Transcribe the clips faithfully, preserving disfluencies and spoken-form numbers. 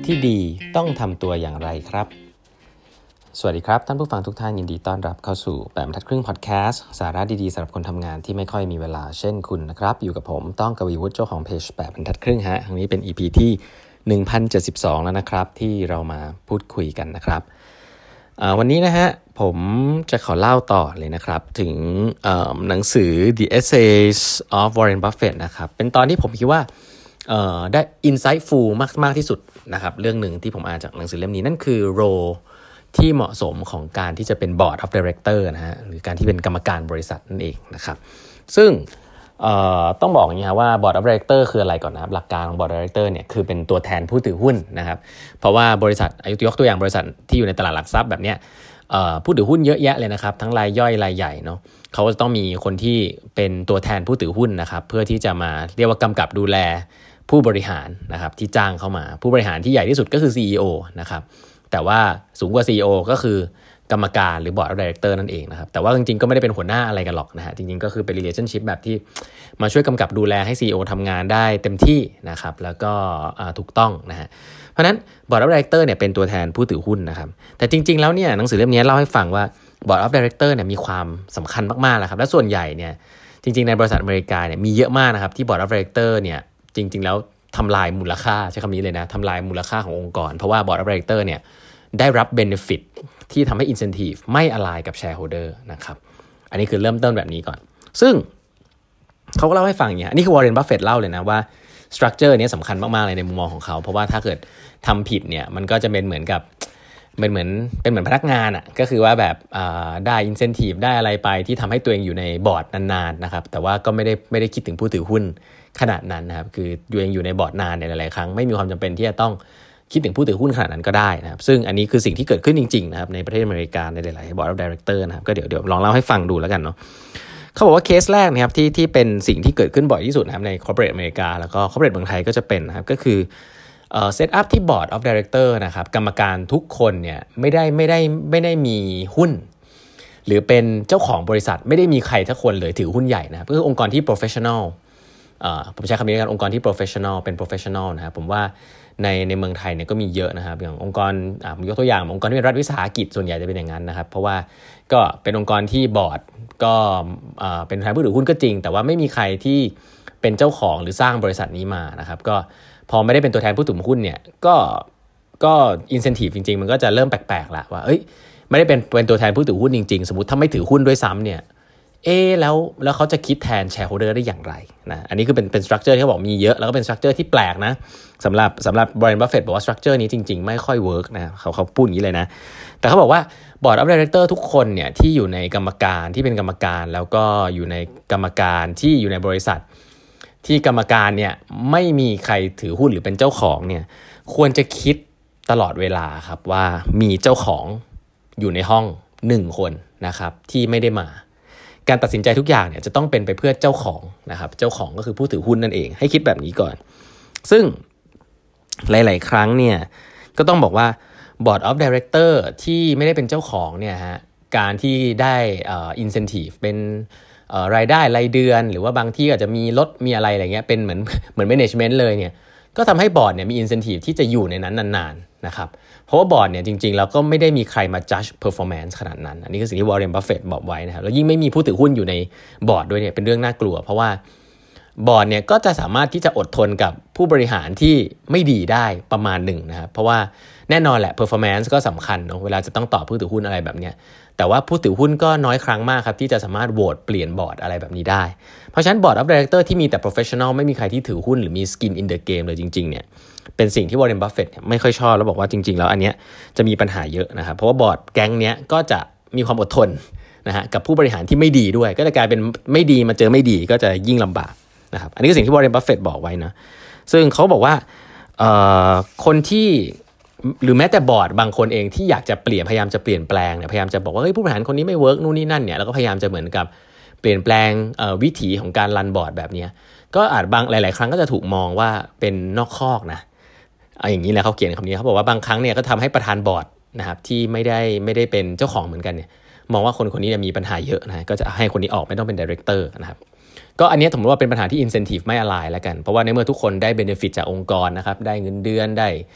ที่ดีต้องทำตัวอย่างไรครับสวัสดีครับท่านผู้ฟังทุกท่านยินดีต้อนรับเข้าสู่แปดบรรทัดครึ่งพอดแคสต์สาระดีๆสำหรับคนทำงานที่ไม่ค่อยมีเวลาเช่นคุณนะครับอยู่กับผมต้องกวีวุฒิเจ้าของเพจแปดบรรทัดครึ่งฮะครั้งนี้เป็น อี พี ที่หนึ่งพันเจ็ดสิบสองแล้วนะครับที่เรามาพูดคุยกันนะครับวันนี้นะฮะผมจะขอเล่าต่อเลยนะครับถึงหนังสือ The Essays of Warren Buffett นะครับเป็นตอนที่ผมคิดว่าได้ insightful มากมากที่สุดนะครับเรื่องหนึ่งที่ผมอ่านจากหนังสือเล่มนี้นั่นคือโรที่เหมาะสมของการที่จะเป็น Board of Director นะฮะหรือการที่เป็นกรรมการบริษัทนั่นเองนะครับซึ่งต้องบอกอย่างนี้ครับว่า Board of Director คืออะไรก่อนนะครับหลักการของ Board of Director เนี่ยคือเป็นตัวแทนผู้ถือหุ้นนะครับเพราะว่าบริษัทยกตัวอย่างบริษัทที่อยู่ในตลาดหลักทรัพย์แบบเนี้ยผู้ถือหุ้นเยอะแยะเลยนะครับทั้งรายย่อยรายใหญ่เนาะเขาจะต้องมีคนที่เป็นตัวแทนผู้ถือหุ้นนะครับเพื่อที่จะมาเรียกว่ากำกับดูแลผู้บริหารนะครับที่จ้างเข้ามาผู้บริหารที่ใหญ่ที่สุดก็คือ ซี อี โอ นะครับแต่ว่าสูงกว่า ซี อี โอ ก็คือกรรมการหรือ Board of Director นั่นเองนะครับแต่ว่าจริงๆก็ไม่ได้เป็นหัวหน้าอะไรกันหรอกนะฮะจริงๆก็คือเป็น relationship แบบที่มาช่วยกำกับดูแลให้ ซี อี โอ ทำงานได้เต็มที่นะครับแล้วก็ถูกต้องนะฮะเพราะฉะนั้น Board of Director เนี่ยเป็นตัวแทนผู้ถือหุ้นนะครับแต่จริงๆแล้วเนี่ยหนังสือเล่มนี้เล่าให้ฟังว่า Board of Director เนี่ยมีความสำคัญมากๆนะครับและส่วนใหญ่เนี่ยจริงๆในบริษัทอเมริกาเนี่ยมีเยอะมากนะครับที่ Board of Director เนี่ยจริงๆแล้วทำลายมูลค่าใช้คำนี้เลยนะทำลายมูลค่าขององค์กรเพราะว่า Board of Director เนี่ยได้รับ benefit ที่ทำให้ incentive ไม่ align กับ shareholder นะครับอันนี้คือเริ่มต้นแบบนี้ก่อนซึ่งเขาก็เล่าให้ฟังอย่างนี้นี่คือ Warren Buffett เล่าเลยนะว่า structure นี้สำคัญมากๆเลยในมุมมองของเขาเพราะว่าถ้าเกิดทำผิดเนี่ยมันก็จะเป็นเหมือนกับเป็นเหมือนเป็นเหมือนพนักงานอ่ะก็คือว่าแบบได้ incentive ได้อะไรไปที่ทำให้ตัวเองอยู่ในบอร์ดนานๆนะครับแต่ว่าก็ไม่ได้ไม่ได้คิดถึงผู้ถือหุ้นขนาดนั้นนะครับคือตัวเองอยู่ในบอร์ดนานในหลายๆครั้งไม่มีความจำเป็นที่จะต้องคิดถึงผู้ถือหุ้นขนาดนั้นก็ได้นะครับซึ่งอันนี้คือสิ่งที่เกิดขึ้นจริงๆนะครับในประเทศอเมริกาในหลายๆ Board of Director นะครับก็เดี๋ยวเดี๋ยวลองเล่าให้ฟังดูแล้วกันเนาะเขาบอกว่าเคสแรกนะครับที่ที่เป็นสิ่งที่เกิดขึ้นบ่อยที่สุดนะครับใน Corporate อเมริกาแล้วก็ Corporate เมืองไทยก็จะเป็นนะครับก็คือเอ่อ set up ที่ Board of Director นะครับกรรมการทุกคนเนี่ยไม่ได้ไม่ได้ไม่ได้มีหุ้นหรือเป็นเจ้าของบริษัทไม่ได้มีใครทุกคนเลยถือหุ้นใหญ่นะครับก็คือองค์กรที่ professional อ่าผมใช้คำนี้กันองค์กรที่ professional เป็น professional นะครับผมว่าในในเมืองไทยเนี่ยก็มีเยอะนะครับอย่างองค์กรอ่ายกตัวอย่างองค์กรที่เป็นรัฐวิสาหกิจส่วนใหญ่จะเป็นอย่างนั้นนะครับเพราะว่าก็เป็นองค์กรที่บอร์ดก็อ่าเป็นแทนผู้ถือหุ้นก็จริงแต่ว่าไม่มีใครที่เป็นเจ้าของหรือสร้างบริษัทนี้มานะครับก็พอไม่ได้เป็นตัวแทนผู้ถือหุ้นเนี่ยก็ก็ incentive จริงๆมันก็จะเริ่มแปลกๆละว่าเอ้ยไม่ได้เป็นเป็นตัวแทนผู้ถือหุ้นจริงๆสมมุติถ้าไม่ถือหุ้นด้วยซ้ำเนี่ยเอแล้วแล้วเขาจะคิดแทน shareholder ได้อย่างไรนะอันนี้คือเป็นเป็น structure ที่เขาบอกมีเยอะแล้วก็เป็น structure ที่แปลกนะสำหรับสำหรับ Warren Buffett บอกว่า structure นี้จริงๆไม่ค่อย work นะเขาเขาพูดอย่างนี้เลยนะแต่เขาบอกว่า Board of Director ทุกคนเนี่ยที่อยู่ในกรรมการที่เป็นกรรมการแล้วก็อยู่ในกรรมการที่อยู่ในบริษัทที่กรรมการเนี่ยไม่มีใครถือหุ้นหรือเป็นเจ้าของเนี่ยควรจะคิดตลอดเวลาครับว่ามีเจ้าของอยู่ในห้องหนึ่งคนนะครับที่ไม่ได้มาการตัดสินใจทุกอย่างเนี่ยจะต้องเป็นไปเพื่อเจ้าของนะครับเจ้าของก็คือผู้ถือหุ้นนั่นเองให้คิดแบบนี้ก่อนซึ่งหลายๆครั้งเนี่ยก็ต้องบอกว่า Board of Director ที่ไม่ได้เป็นเจ้าของเนี่ยฮะการที่ได้เอ่อ incentive เป็นเอ่อรายได้รายเดือนหรือว่าบางที่อาจจะมีลดมีอะไรอะไรเงี้ยเป็นเหมือนเหมือน management เลยเนี่ยก็ทำให้บอร์ดเนี่ยมี incentive ที่จะอยู่ในนั้นนานๆนะครับเพราะว่าบอร์ดเนี่ยจริงๆแล้วก็ไม่ได้มีใครมา judge performance ขนาดนั้นอันนี้คือสิ่งที่ Warren Buffett บอกไว้นะครับแล้วยิ่งไม่มีผู้ถือหุ้นอยู่ในบอร์ดด้วยเนี่ยเป็นเรื่องน่ากลัวเพราะว่าบอร์ดเนี่ยก็จะสามารถที่จะอดทนกับผู้บริหารที่ไม่ดีได้ประมาณหนึ่งนะครับเพราะว่าแน่นอนแหละ performance ก็สำคัญเนาะเวลาจะต้องตอบผู้ถือหุ้นอะไรแบบเนี้ยแต่ว่าผู้ถือหุ้นก็น้อยครั้งมากครับที่จะสามารถโหวตเปลี่ยนบอร์ดอะไรแบบนี้ได้เพราะฉะนั้น Board of Director ที่มีแต่ professional ไม่มีใครที่ถือหุ้นหรือมี skin in the game เลยจริงๆเนี่ยเป็นสิ่งที่ Warren Buffett ไม่ค่อยชอบแล้วบอกว่าจริงๆแล้วอันเนี้ยจะมีปัญหาเยอะนะครับเพราะว่าบอร์ดแก๊งเนี้ยก็จะมีความอดทนนะฮะกับผู้บริหารที่ไม่ดีด้วยก็จะกลายเป็นไม่ดีมาเจอไม่ดีก็จะยิ่งลำบากนะครับอันนี้คือสิ่งที่ Warren Buffett บอกไว้นะซึ่งเขาบอกว่าเอ่อคนที่หรือแม้แต่บอร์ดบางคนเองที่อยากจะเปลี่ยนพยายามจะเปลี่ยนแปลงเนี่ยพยายามจะบอกว่าเฮ้ยผู้บริหารคนนี้ไม่เวิร์กนู่นนี่นั่นเนี่ยแล้วก็พยายามจะเหมือนกับเปลี่ยนแปลงวิถีของการรันบอร์ดแบบนี้ก็อาจบางหลายๆครั้งก็จะถูกมองว่าเป็นนอกคอกนะเอาอย่างนี้แหละเขาเขียนคำนี้เขาบอกว่าบางครั้งเนี่ยก็ทำให้ประธานบอร์ดนะครับที่ไม่ได้ไม่ได้เป็นเจ้าของเหมือนกันเนี่ยมองว่าคนคนนี้มีปัญหาเยอะนะก็จะให้คนนี้ออกไม่ต้องเป็นไดเรคเตอร์นะครับก็อันนี้ผมว่าเป็นปัญหาที่ incentive ไม่ align แล้วกันเพราะว่าในเมื่อทุกคนได้ benefit จากองค์กรนะครับได้เงินเดือนได้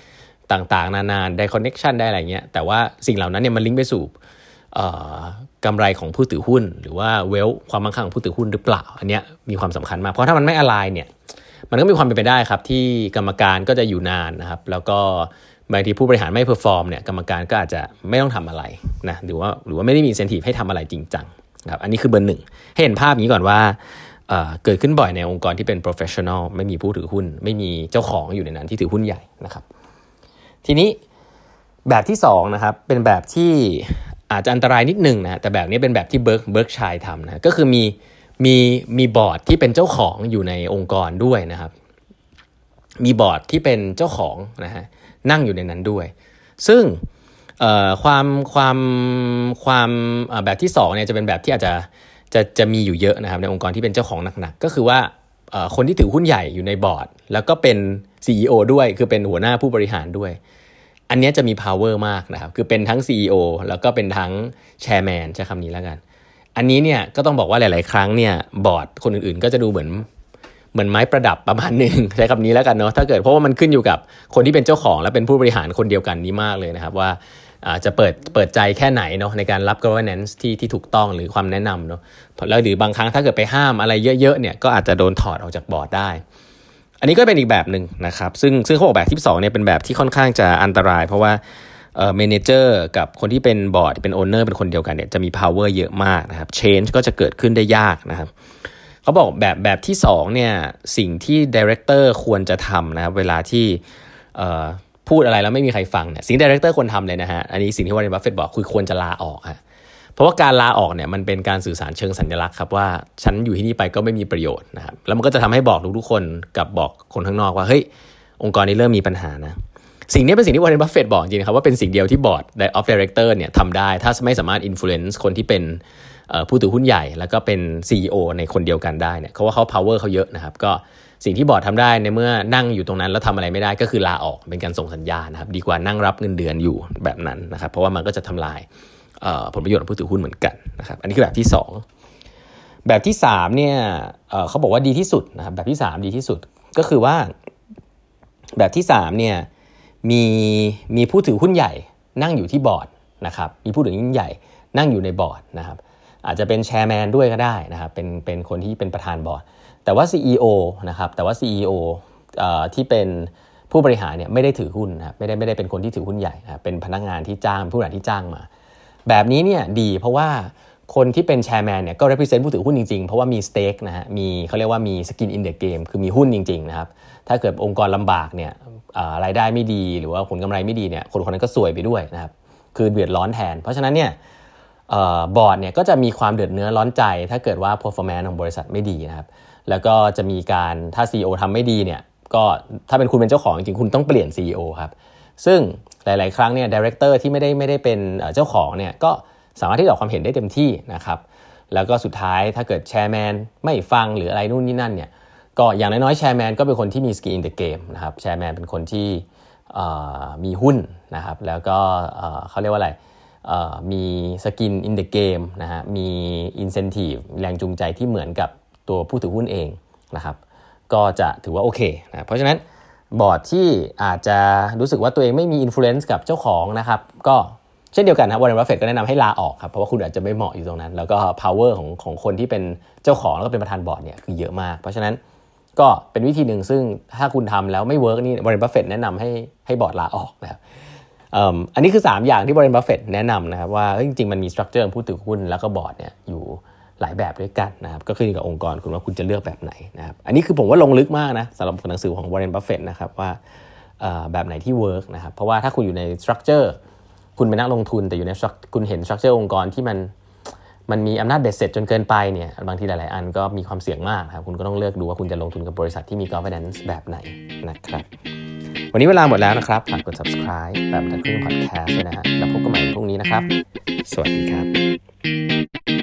ต่างๆนานาได้คอนเนคชันได้อะไรเงี้ยแต่ว่าสิ่งเหล่านั้นเนี่ยมันลิงก์ไปสู่กำไรของผู้ถือหุ้นหรือว่าเวลความมั่งคั่งของผู้ถือหุ้นหรือเปล่าอันเนี้ยมีความสำคัญมากเพราะถ้ามันไม่อะไลน์เนี่ยมันก็มีความเป็นไปได้ครับที่กรรมการก็จะอยู่นานนะครับแล้วก็บางทีผู้บริหารไม่เพอร์ฟอร์มเนี่ยกรรมการก็อาจจะไม่ต้องทำอะไรนะหรือว่าหรือว่าไม่ได้มี incentive ให้ทำอะไรจริงจังครับอันนี้คือเบอร์หนึ่งให้เห็นภาพนี้ก่อนว่าเอ่อเกิดขึ้นบ่อยในองค์กรที่เป็น professional ไม่มีผู้ถือหุ้นไม่มีเจ้าของอยู่ในนั้นที่ถือหุ้นใหญ่นะครับทีนี้แบบที่สองนะครับเป็นแบบที่อาจจะอันตรายนิดนึงนะแต่แบบนี้เป็นแบบที่เบิร์กเบิร์กชัยทำนะก็คือมีมีมีบอร์ดที่เป็นเจ้าของอยู่ในองค์กรด้วยนะครับมีบอร์ดที่เป็นเจ้าของนะฮะนั่งอยู่ในนั้นด้วยซึ่งความความความแบบที่สองเนี่ยจะเป็นแบบที่อาจจะจะจะมีอยู่เยอะนะครับในองค์กรที่เป็นเจ้าของหนักๆก็คือว่าคนที่ถือหุ้นใหญ่อยู่ในบอร์ดแล้วก็เป็น ซี อี โอ ด้วยคือเป็นหัวหน้าผู้บริหารด้วยอันนี้จะมี power มากนะครับคือเป็นทั้ง ซี อี โอ แล้วก็เป็นทั้ง chairman ใช้คำนี้แล้วกันอันนี้เนี่ยก็ต้องบอกว่าหลายๆครั้งเนี่ยบอร์ดคนอื่นๆก็จะดูเหมือนเหมือนไม้ประดับประมาณนึงใช้คำนี้แล้วกันเนาะถ้าเกิดเพราะว่ามันขึ้นอยู่กับคนที่เป็นเจ้าของและเป็นผู้บริหารคนเดียวกันนี้มากเลยนะครับว่าจะเปิดเปิดใจแค่ไหนเนาะในการรับ governance ที่ที่ถูกต้องหรือความแนะนำเนาะแล้วหรือบางครั้งถ้าเกิดไปห้ามอะไรเยอะๆเนี่ยก็อาจจะโดนถอดออกจากบอร์ดได้อันนี้ก็เป็นอีกแบบนึงนะครับซึ่งซึ่งเขาบอกแบบที่สองเนี่ยเป็นแบบที่ค่อนข้างจะอันตรายเพราะว่าเอ่อ manager กับคนที่เป็นบอร์ดเป็น owner เป็นคนเดียวกันเนี่ยจะมี power เยอะมากนะครับ change ก็จะเกิดขึ้นได้ยากนะครับเขาบอกแบบแบบที่สองเนี่ยสิ่งที่ director ควรจะทำนะครับเวลาที่เอ่อพูดอะไรแล้วไม่มีใครฟังเนี่ยสิ่ง director ควรทำเลยนะฮะอันนี้สิ่งที่วอร์เรน บัฟเฟตต์บอกคือควรจะลาออกฮะเพราะว่าการลาออกเนี่ยมันเป็นการสื่อสารเชิงสัญลักษณ์ครับว่าฉันอยู่ที่นี่ไปก็ไม่มีประโยชน์นะครับแล้วมันก็จะทำให้บอกทุกๆคนกับบอกคนข้างนอกว่าเฮ้ยองค์กรนี้เริ่มมีปัญหานะสิ่งนี้เป็นสิ่งที่วอร์เรน บัฟเฟตต์บอกจริงนะครับว่าเป็นสิ่งเดียวที่บอร์ด of director เนี่ยทำได้ถ้าไม่สามารถ influence คนที่เป็นผู้ถือหุ้นใหญ่แล้วก็เป็น ซี อี โอ ในคนเดียวกันได้เนี่ยเพราะว่าเขา power เขาเยอะนะครับก็สิ่งที่บอร์ดทำได้ในเมื่อนั่งอยู่ตรงนั้นแล้วทำอะไรไม่ได้ก็คือลาออกเป็นการส่งสัญญาณนะครับดีกว่านั่งรับเงินเดือนอยู่แบบนั้นนะครับเพราะว่ามันก็จะทำลายผลประโยชน์ของผู้ถือหุ้นเหมือนกันนะครับอันนี้คือแบบที่สองแบบที่สามเนี่ย เอ่อ เขาบอกว่าดีที่สุดนะครับแบบที่สามดีที่สุดก็คือว่าแบบที่สามเนี่ยมีมีผู้ถือหุ้นใหญ่นั่งอยู่ที่บอร์ดนะครับมีผู้ถือหุ้นใหญ่นั่งอยู่ในบอร์ดนะครับอาจจะเป็นแชร์แมนด้วยก็ได้นะครับเป็นเป็นคนที่เป็นประธานบอร์ดแต่ว่า ซี อี โอ นะครับแต่ว่า ซี อี โอ เอ่อที่เป็นผู้บริหารเนี่ยไม่ได้ถือหุ้นนะครับไม่ได้ไม่ได้เป็นคนที่ถือหุ้นใหญ่นะครับเป็นพนักงานที่จ้างผู้บริหารที่จ้างมาแบบนี้เนี่ยดีเพราะว่าคนที่เป็นแชร์แมนเนี่ยก็ represent ผู้ถือหุ้นจริงๆเพราะว่ามี stake นะฮะมีเขาเรียกว่ามี skin in the game คือมีหุ้นจริงๆนะครับถ้าเกิดองค์กรลำบากเนี่ยรายได้ไม่ดีหรือว่าผลกำไรไม่ดีเนี่ยคนคนนั้นก็ซวยไปด้วยนะครับคือเดือดร้อนแทนเพราะฉะนั้นเนี่ยบอร์ดเนี่ยก็จะมีความเดือดเนื้อร้อนใจถ้าเกิดว่า performance ของบริษัทไม่ดีนะครับแล้วก็จะมีการถ้า ซี อี โอ ทำไม่ดีเนี่ยก็ถ้าเป็นคุณเป็นเจ้าของจริงๆคุณต้องเปลี่ยน ซี อี โอ ครับซึ่งหลายๆครั้งเนี่ย director ที่ไม่ได้ไม่ได้เป็นเจ้าของเนี่ยก็สามารถที่จะออกความเห็นได้เต็มที่นะครับแล้วก็สุดท้ายถ้าเกิดแชร์แมนไม่ฟังหรืออะไรนู่นนี่นั่นเนี่ยก็อย่างน้อยๆแชร์แมนก็เป็นคนที่มี skin in the game นะครับแชร์แมนเป็นคนที่มีหุ้นนะครับแล้วก็เขาเรียกว่าอะไรมี skin in the game นะฮะมี incentive แรงจูงใจที่เหมือนกับตัวผู้ถือหุ้นเองนะครับก็จะถือว่าโอเคนะเพราะฉะนั้นบอร์ดที่อาจจะรู้สึกว่าตัวเองไม่มี influence กับเจ้าของนะครับก็เช่นเดียวกันนะวอร์เรน บัฟเฟตต์ก็แนะนำให้ลาออกครับเพราะว่าคุณอาจจะไม่เหมาะอยู่ตรงนั้นแล้วก็ power ของของคนที่เป็นเจ้าของแล้วก็เป็นประธานบอร์ดเนี่ยคือเยอะมากเพราะฉะนั้นก็เป็นวิธีหนึ่งซึ่งถ้าคุณทำแล้วไม่เวิร์กนี่วอร์เรน บัฟเฟตต์แนะนำให้ให้บอร์ดลาออกนะครับอันนี้คือสามอย่างที่วอร์เรน บัฟเฟตต์แนะนำนะครับว่าจริงๆมันมี structure ผู้ถือหุ้นแล้วก็บอร์ดเนี่ยอยู่หลายแบบด้วยกันนะครับก็ขึ้นอยู่กับองค์กรคุณว่าคุณจะเลือกแบบไหนนะครับอันนี้คือผมว่าลงลึกมากนะสำหรับหนังสือของวอร์เรน บัฟเฟตต์นะครับว่าแบบไหนที่เวิร์กนะครับเพราะว่าถ้าคุณอยู่ใน structure คุณเป็นนักลงทุนแต่อยู่ในคุณเห็น structure องค์กรที่มันมันมีอำนาจเบ็ดเสร็จจนเกินไปเนี่ยบางทีหลายๆอันก็มีความเสี่ยงมากครับคุณก็ต้องเลือกดูว่าคุณจะลงทุนกับบริษัทที่มี governance แบบไหนนะครับวันนี้เวลาหมดแล้วนะครับฝากกด subscribe แบบทัดครึ่ง podcast ด้วยนะฮะแล้วพบกันใหม่พรุ่งนี้นะครับสวัสดีครับ